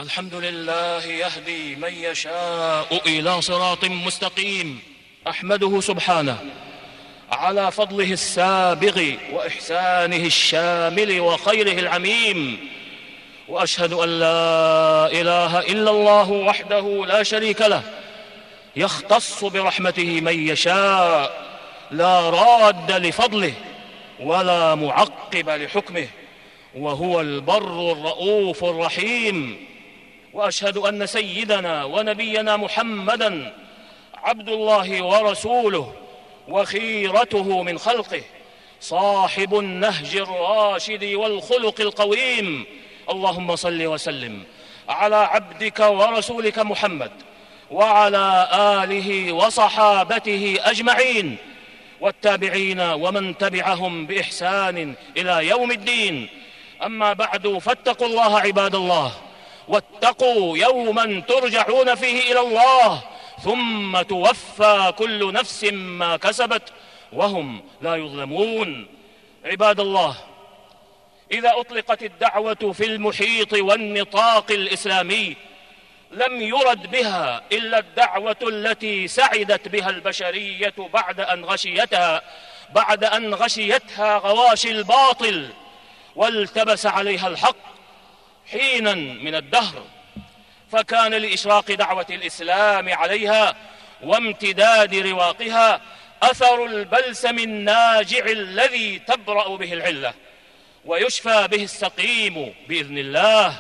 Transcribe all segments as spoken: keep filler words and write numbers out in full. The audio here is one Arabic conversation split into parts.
الحمد لله يهدي من يشاء إلى صراط مستقيم. أحمده سبحانه على فضله السابغ وإحسانه الشامل وخيره العميم، وأشهد أن لا إله إلا الله وحده لا شريك له، يختص برحمته من يشاء، لا راد لفضله ولا معقب لحكمه، وهو البر الرؤوف الرحيم. وأشهد أن سيدنا ونبينا محمدًا عبد الله ورسوله وخيرته من خلقه، صاحب النهج الراشد والخلق القويم. اللهم صل وسلم على عبدك ورسولك محمد وعلى آله وصحابته أجمعين، والتابعين ومن تبعهم بإحسان إلى يوم الدين. أما بعد، فاتقوا الله عباد الله، واتقوا يوما ترجعون فيه إلى الله، ثم توفى كل نفس ما كسبت وهم لا يظلمون. عباد الله، إذا أطلقت الدعوة في المحيط والنطاق الإسلامي لم يرد بها إلا الدعوة التي سعدت بها البشرية بعد أن غشيتها بعد أن غشيتها غواشي الباطل والتبس عليها الحق حينا من الدهر، فكان لإشراق دعوة الإسلام عليها وامتداد رواقها أثر البلسم الناجع الذي تبرأ به العلة ويشفى به السقيم بإذن الله.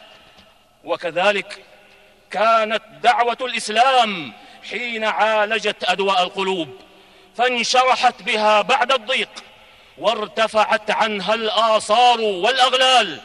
وكذلك كانت دعوة الإسلام حين عالجت أدواء القلوب فانشرحت بها بعد الضيق، وارتفعت عنها الآثار والأغلال،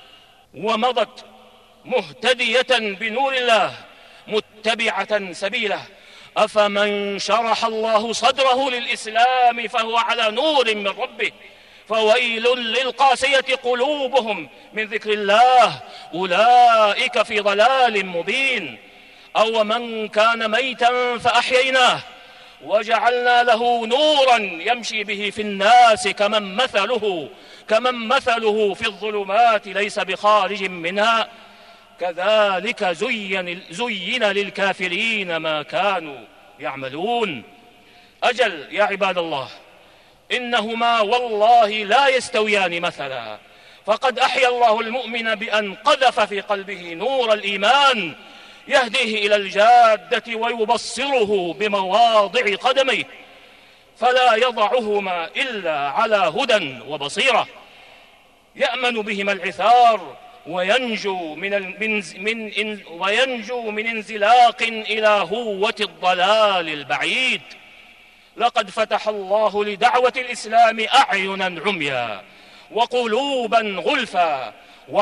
ومضت مهتدية بنور الله متبعة سبيله. أفمن شرح الله صدره للإسلام فهو على نور من ربه، فويل للقاسية قلوبهم من ذكر الله، أولئك في ضلال مبين. أو من كان ميتا فأحييناه وجعلنا له نورا يمشي به في الناس كمن مثله كمن مثله في الظلمات ليس بخارج منها، كذلك زين, زين للكافرين ما كانوا يعملون. أجل يا عباد الله، إنهما والله لا يستويان مثلا، فقد أحيا الله المؤمن بأن قذف في قلبه نور الإيمان يهديه إلى الجادة ويبصره بمواضع قدميه، فلا يضعهما إلا على هدى وبصيرة يأمن بهما العثار وينجو من, من, من, وينجو من انزلاق إلى هوة الضلال البعيد. لقد فتح الله لدعوة الإسلام أعينا عميا وقلوبا غلفا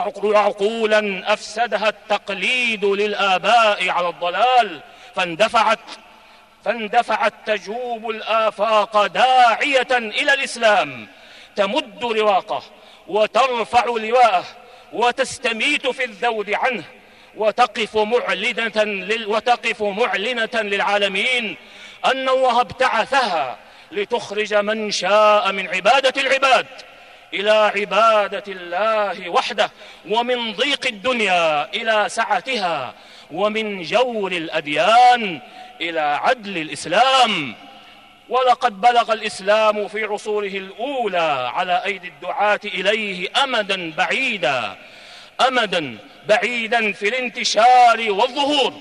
وعقولا أفسدها التقليد للآباء على الضلال، فاندفعت فاندفعت تجوب الآفاق داعية إلى الإسلام، تمد رواقه وترفع لواءه وتستميت في الذود عنه، وتقف معلنة, لل وتقف معلنة للعالمين أن الله ابتعثها لتخرج من شاء من عبادة العباد إلى عبادة الله وحده، ومن ضيق الدنيا إلى سعتها، ومن جور الأديان إلى عدل الإسلام. ولقد بلغ الإسلام في عصوره الأولى على أيدي الدعاة إليه أمدا بعيدا أمدا بعيدا في الانتشار والظهور،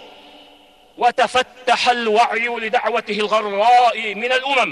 وتفتح الوعي لدعوته الغراء من الأمم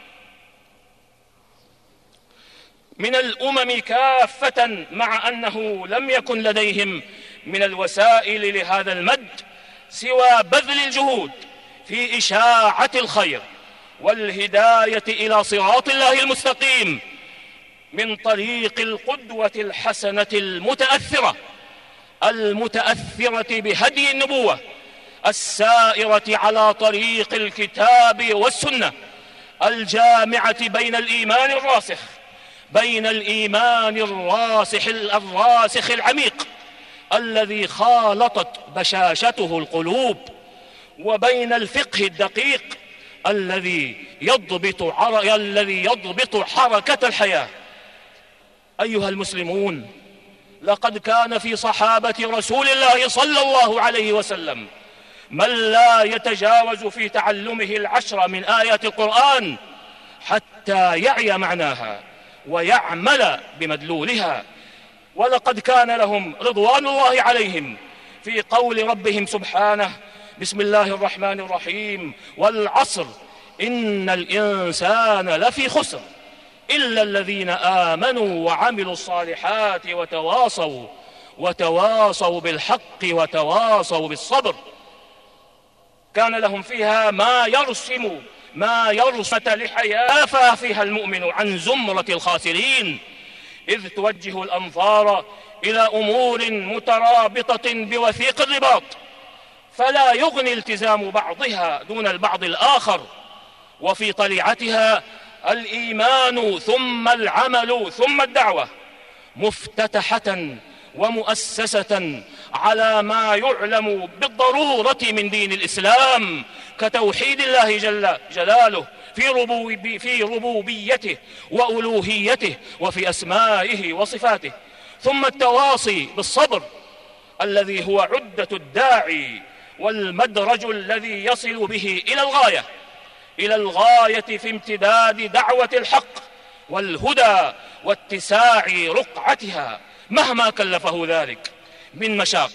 من الأمم كافة، مع أنه لم يكن لديهم من الوسائل لهذا المد سوى بذل الجهود في إشاعة الخير والهداية إلى صراط الله المستقيم من طريق القدوة الحسنة المتأثرة المتأثرة بهدي النبوة السائرة على طريق الكتاب والسنة، الجامعة بين الإيمان الراسخ بين الإيمان الراسخ الراسخ العميق الذي خالطت بشاشته القلوب، وبين الفقه الدقيق الذي يضبط عر... الذي يضبط حركة الحياة. أيها المسلمون، لقد كان في صحابة رسول الله صلى الله عليه وسلم من لا يتجاوز في تعلمه العشر من آيات القرآن حتى يعي معناها ويعمل بمدلولها. ولقد كان لهم رضوان الله عليهم في قول ربهم سبحانه: بسم الله الرحمن الرحيم، والعصر إن الإنسان لفي خسر إلا الذين آمنوا وعملوا الصالحات وتواصوا وتواصوا بالحق وتواصوا بالصبر. كان لهم فيها ما يرسم ما يرسم لحياة فيها المؤمن عن زمرة الخاسرين، إذ توجه الأنظار إلى أمور مترابطة بوثيق الرباط، فلا يغني التزام بعضها دون البعض الآخر، وفي طليعتها الإيمان ثم العمل ثم الدعوة، مفتتحة ومؤسسة على ما يعلم بالضرورة من دين الإسلام كتوحيد الله جل جلاله في, ربوبي في ربوبيته وألوهيته وفي أسمائه وصفاته، ثم التواصي بالصبر الذي هو عدة الداعي والمدرج الذي يصل به إلى الغاية إلى الغاية في امتداد دعوة الحق والهدى واتساع رقعتها مهما كلفه ذلك من مشاق،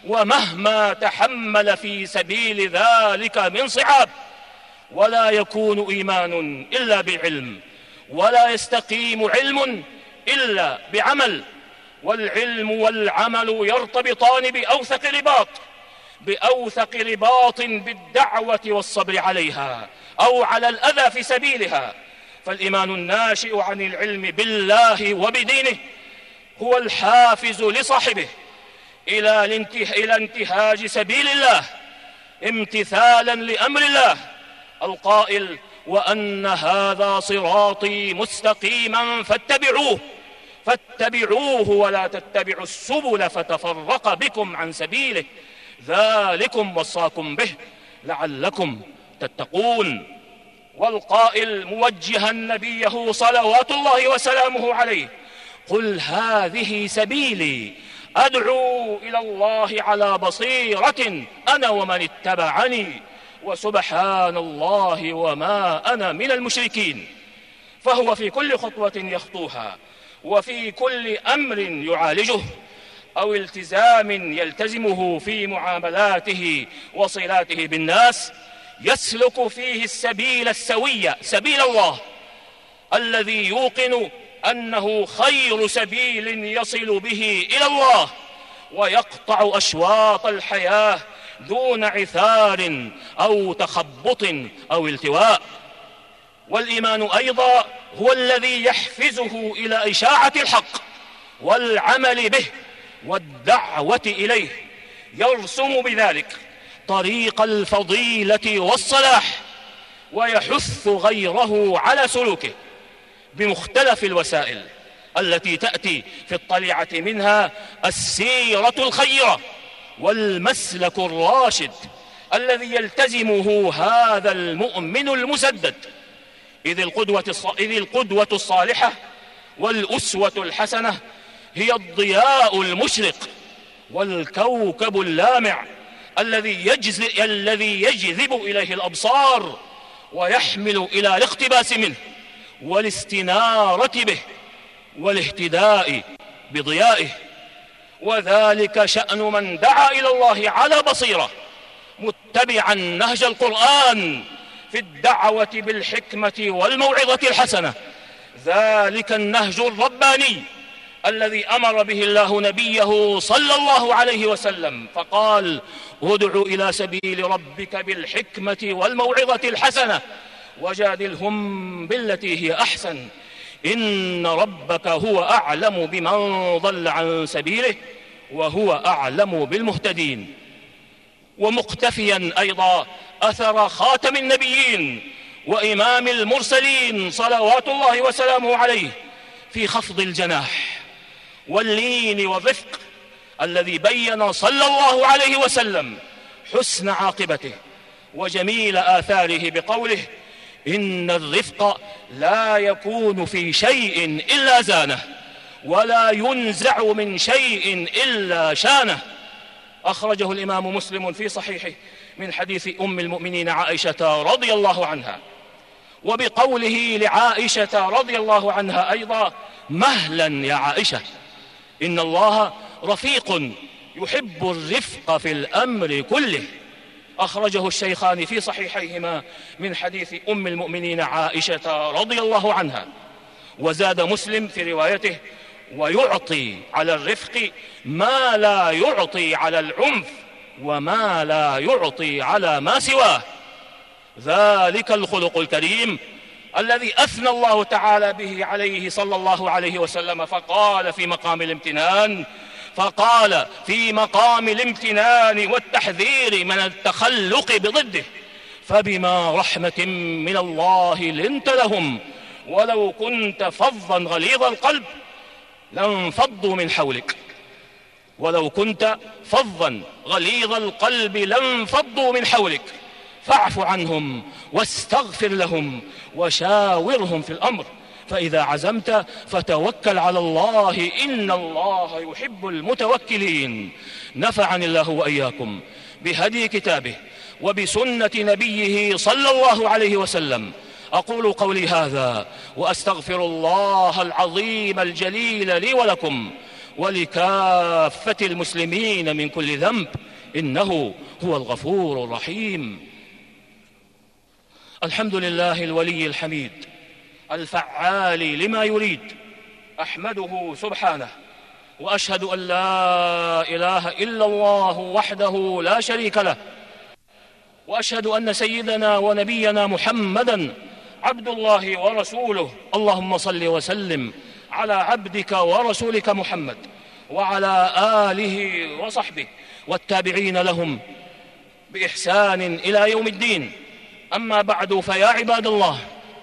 ومهما تحمل في سبيل ذلك من صعاب. ولا يكون إيمان إلا بعلم، ولا يستقيم علم إلا بعمل، والعلم والعمل يرتبطان بأوثق رباط بأوثق رباط بالدعوة والصبر عليها أو على الأذى في سبيلها. فالإيمان الناشئ عن العلم بالله وبدينه هو الحافز لصاحبه إلى إلى انتهاج سبيل الله امتثالا لأمر الله القائل: وأن هذا صراطي مستقيما فاتبعوه فاتبعوه ولا تتبعوا السبل فتفرق بكم عن سبيله ذلكم وصاكم به لعلكم تتقون. والقائل موجها نبيه صلوات الله وسلامه عليه: قل هذه سبيلي أدعو إلى الله على بصيرة أنا ومن اتبعني وسبحان الله وما أنا من المشركين. فهو في كل خطوة يخطوها وفي كل أمر يعالجه أو التزام يلتزمه في معاملاته وصلاته بالناس يسلك فيه السبيل السوي سبيل الله الذي يوقن أنه خير سبيل يصل به إلى الله ويقطع أشواط الحياة دون عثار أو تخبط أو التواء. والإيمان أيضا هو الذي يحفزه إلى إشاعة الحق والعمل به والدعوة إليه، يرسم بذلك طريق الفضيلة والصلاح ويحث غيره على سلوكه بمختلف الوسائل التي تأتي في الطليعة منها السيرة الخيرة والمسلك الراشد الذي يلتزمه هذا المؤمن المسدد، إذ القدوة, إذ القدوة الصالحة والأسوة الحسنة هي الضياء المشرق والكوكب اللامع الذي يجذب, الذي يجذب إليه الأبصار ويحمل إلى الاقتباس منه والاستنارة به والاهتداء بضيائه. وذلك شأن من دعا إلى الله على بصيرة متبعا نهج القرآن في الدعوة بالحكمة والموعظة الحسنة، ذلك النهج الرباني الذي أمر به الله نبيه صلى الله عليه وسلم فقال: ادع إلى سبيل ربك بالحكمة والموعظة الحسنة وجادلهم بالتي هي أحسن إن ربك هو أعلم بمن ضل عن سبيله وهو أعلم بالمهتدين. ومقتفيا أيضا أثر خاتم النبيين وإمام المرسلين صلوات الله وسلامه عليه في خفض الجناح واللين والرفق الذي بين صلى الله عليه وسلم حسن عاقبته وجميل آثاره بقوله: إن الرفق لا يكون في شيء إلا زانه ولا ينزع من شيء إلا شانه. أخرجه الإمام مسلم في صحيحه من حديث أم المؤمنين عائشة رضي الله عنها. وبقوله لعائشة رضي الله عنها أيضا: مهلا يا عائشة، إن الله رفيق يحب الرفق في الأمر كله. أخرجه الشيخان في صحيحيهما من حديث أم المؤمنين عائشة رضي الله عنها. وزاد مسلم في روايته: ويعطي على الرفق ما لا يعطي على العنف وما لا يعطي على ما سواه. ذلك الخلق الكريم الذي أثنى الله تعالى به عليه صلى الله عليه وسلم، فقال في مقام الامتنان فقال في مقام الامتنان والتحذير من التخلق بضده: فبما رحمة من الله لنت لهم ولو كنت فظا غليظ القلب لانفضوا من حولك ولو كنت فظا غليظ القلب لانفضوا من حولك فاعف عنهم واستغفر لهم وشاورهم في الأمر فإذا عزمت فتوكل على الله إن الله يحب المتوكلين. نفعني الله وإياكم بهدي كتابه وبسنة نبيه صلى الله عليه وسلم. أقول قولي هذا وأستغفر الله العظيم الجليل لي ولكم ولكافة المسلمين من كل ذنب، إنه هو الغفور الرحيم. الحمد لله الولي الحميد الفعال لما يريد، أحمده سبحانه وأشهد أن لا إله إلا الله وحده لا شريك له، وأشهد أن سيدنا ونبينا محمدا عبد الله ورسوله. اللهم صل وسلم على عبدك ورسولك محمد وعلى آله وصحبه والتابعين لهم بإحسان إلى يوم الدين. أما بعد، فيا عباد الله،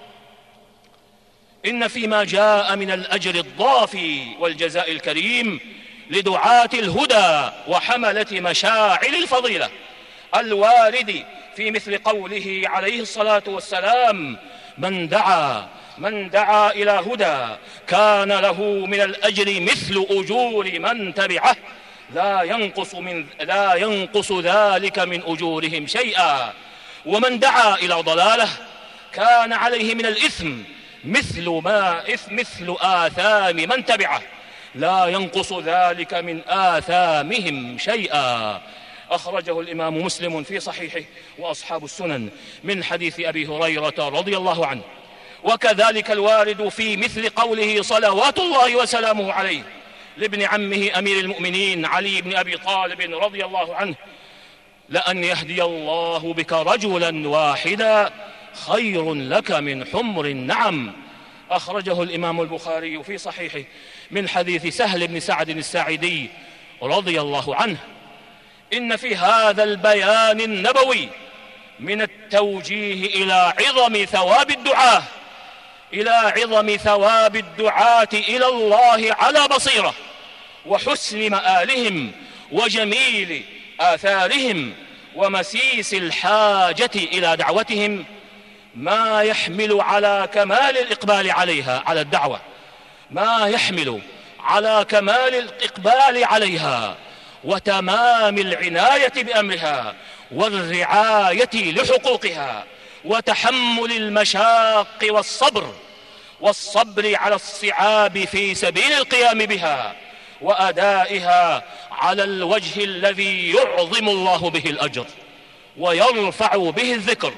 إن فيما جاء من الأجر الضافي والجزاء الكريم لدعاة الهدى وحملة مشاعر الفضيلة الوارد في مثل قوله عليه الصلاة والسلام: من دعا من دعا إلى هدى كان له من الأجر مثل أجور من تبعه لا ينقص من لا ينقص ذلك من أجورهم شيئا، ومن دعا إلى ضلالة كان عليه من الإثم مثل ما إثم مثل آثام من تبعه لا ينقص ذلك من آثامهم شيئا. أخرجه الإمام مسلم في صحيحه وأصحاب السنن من حديث أبي هريرة رضي الله عنه. وكذلك الوارد في مثل قوله صلوات الله وسلامه عليه لابن عمه أمير المؤمنين علي بن أبي طالب رضي الله عنه: لأن يهدي الله بك رجلا واحدا خير لك من حمر النعم. أخرجه الإمام البخاري في صحيحه من حديث سهل بن سعد الساعدي رضي الله عنه. إن في هذا البيان النبوي من التوجيه إلى عظم ثواب الدعاة إلى عظم ثواب الدعاة إلى الله على بصيرة وحسن مآلهم وجميل آثارهم ومسيس الحاجة إلى دعوتهم، ما يحمل على كمال الإقبال عليها على الدعوة ما يحمل على كمال الإقبال عليها وتمام العناية بأمرها والرعاية لحقوقها وتحمل المشاق والصبر والصبر على الصعاب في سبيل القيام بها وأدائها على الوجه الذي يعظم الله به الأجر ويرفع به الذكر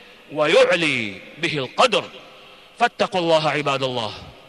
ويعلي به القدر. فاتقوا الله عباد الله،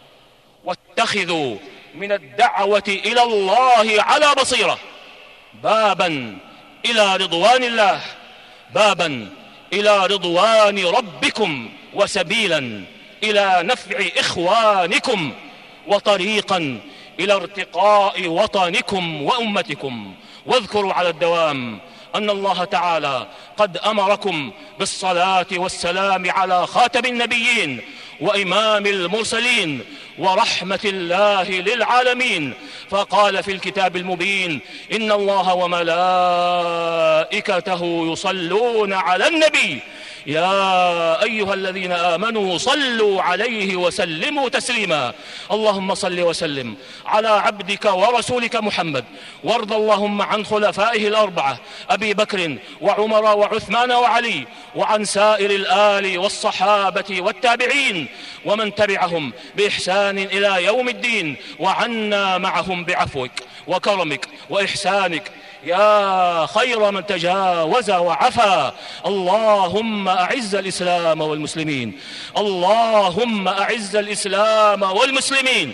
واتخذوا من الدعوة إلى الله على بصيرة بابا إلى رضوان الله بابا إلى رضوان ربكم وسبيلا إلى نفع إخوانكم وطريقا إلى ارتقاء وطنكم وأمتكم. واذكروا على الدوام أن الله تعالى قد أمركم بالصلاة والسلام على خاتم النبيين وإمام المرسلين ورحمة الله للعالمين، فقال في الكتاب المبين: إن الله وملائكته يصلون على النبي يا أيها الذين آمنوا صلوا عليه وسلموا تسليما. اللهم صل وسلم على عبدك ورسولك محمد، وارض اللهم عن خلفائه الأربعة أبي بكر وعمر وعثمان وعلي، وعن سائر الآل والصحابة والتابعين ومن تبعهم بإحسان إلى يوم الدين، وعنا معهم بعفوك وكرمك وإحسانك يا خير من تجاوز وعفا. اللهم أعز الإسلام والمسلمين، اللهم أعز الإسلام والمسلمين،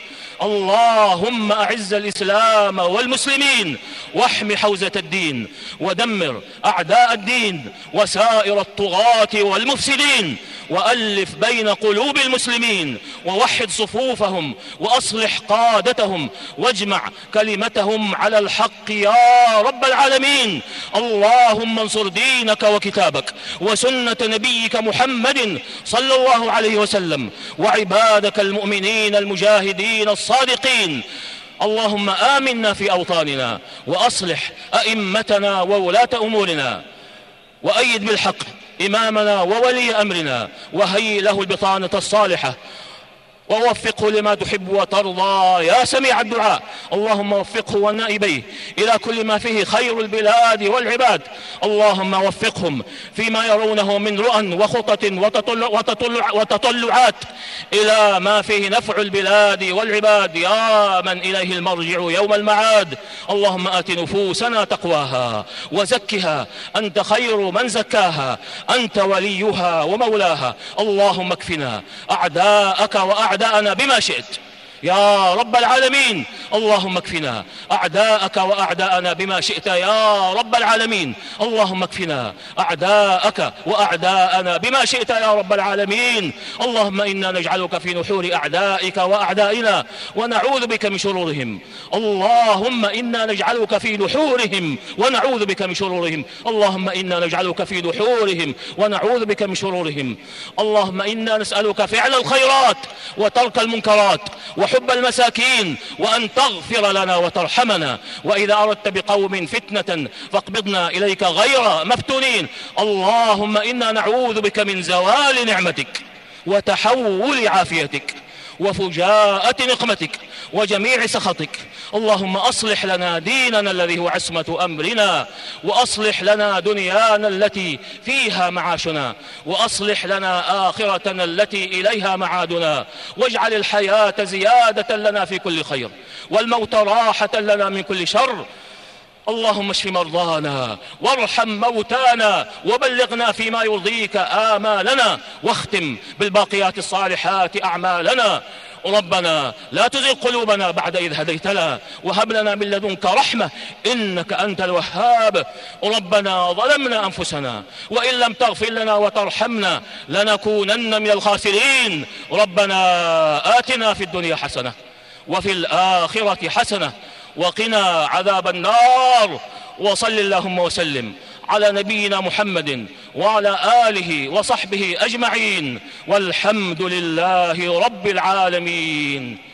اللهم أعز الإسلام والمسلمين، واحم حوزة الدين، ودمر أعداء الدين وسائر الطغاة والمفسدين، وألف بين قلوب المسلمين، ووحد صفوفهم، وأصلح قادتهم، واجمع كلمتهم على الحق يا رب العالمين. اللهم انصر دينك وكتابك وسنة نبيك محمد صلى الله عليه وسلم، وعبادك المؤمنين المجاهدين الصادقين. اللهم آمنا في أوطاننا، وأصلح أئمتنا وولاة أمورنا، وأيد بالحق إمامنا وولي أمرنا، وهيئ له البطانة الصالحة، ووفقه لما تحب وترضى يا سميع الدعاء. اللهم وفقه ونائبيه إلى كل ما فيه خير البلاد والعباد. اللهم وفقهم فيما يرونه من رؤى وخطط وتطلع وتطلع وتطلعات إلى ما فيه نفع البلاد والعباد يا من إليه المرجع يوم المعاد. اللهم آت نفوسنا تقواها وزكها، أنت خير من زكاها، أنت وليها ومولاها. اللهم اكفنا أعداءك وأعداءك أعداءنا بما شئت يا رب العالمين. اللهم اكفنا أعداءك وأعداءنا بما شئت يا رب العالمين. اللهم اكفنا أعداءك وأعداءنا بما شئت يا رب العالمين. اللهم إنا نجعلك في نحور أعدائك وأعدائنا، ونعوذ بك من شرورهم. اللهم إنا نجعلك في نحورهم ونعوذ بك من شرورهم. اللهم إنا نجعلك في نحورهم ونعوذ بك من شرورهم. اللهم إنا نسألك فعل الخيرات وترك المنكرات وحب المساكين، وأن تغفر لنا وترحمنا، وإذا أردت بقوم فتنة فاقبضنا إليك غير مفتونين. اللهم إنا نعوذ بك من زوال نعمتك وتحول عافيتك وفجاءة نقمتك وجميع سخطك. اللهم أصلح لنا ديننا الذي هو عصمة أمرنا، وأصلح لنا دنيانا التي فيها معاشنا، وأصلح لنا آخرتنا التي إليها معادنا، واجعل الحياة زيادة لنا في كل خير، والموت راحة لنا من كل شر. اللهم اشف مرضانا وارحم موتانا، وبلغنا فيما يرضيك آمالنا، واختم بالباقيات الصالحات أعمالنا. ربنا لا تزغ قلوبنا بعد إذ هديتنا، وهب لنا من لدنك رحمة إنك أنت الوهاب. ربنا ظلمنا أنفسنا، وإن لم تغفر لنا وترحمنا لنكونن من الخاسرين. ربنا آتنا في الدنيا حسنة وفي الآخرة حسنة وقنا عذاب النار. وصل اللهم وسلم على نبينا محمد وعلى آله وصحبه أجمعين، والحمد لله رب العالمين.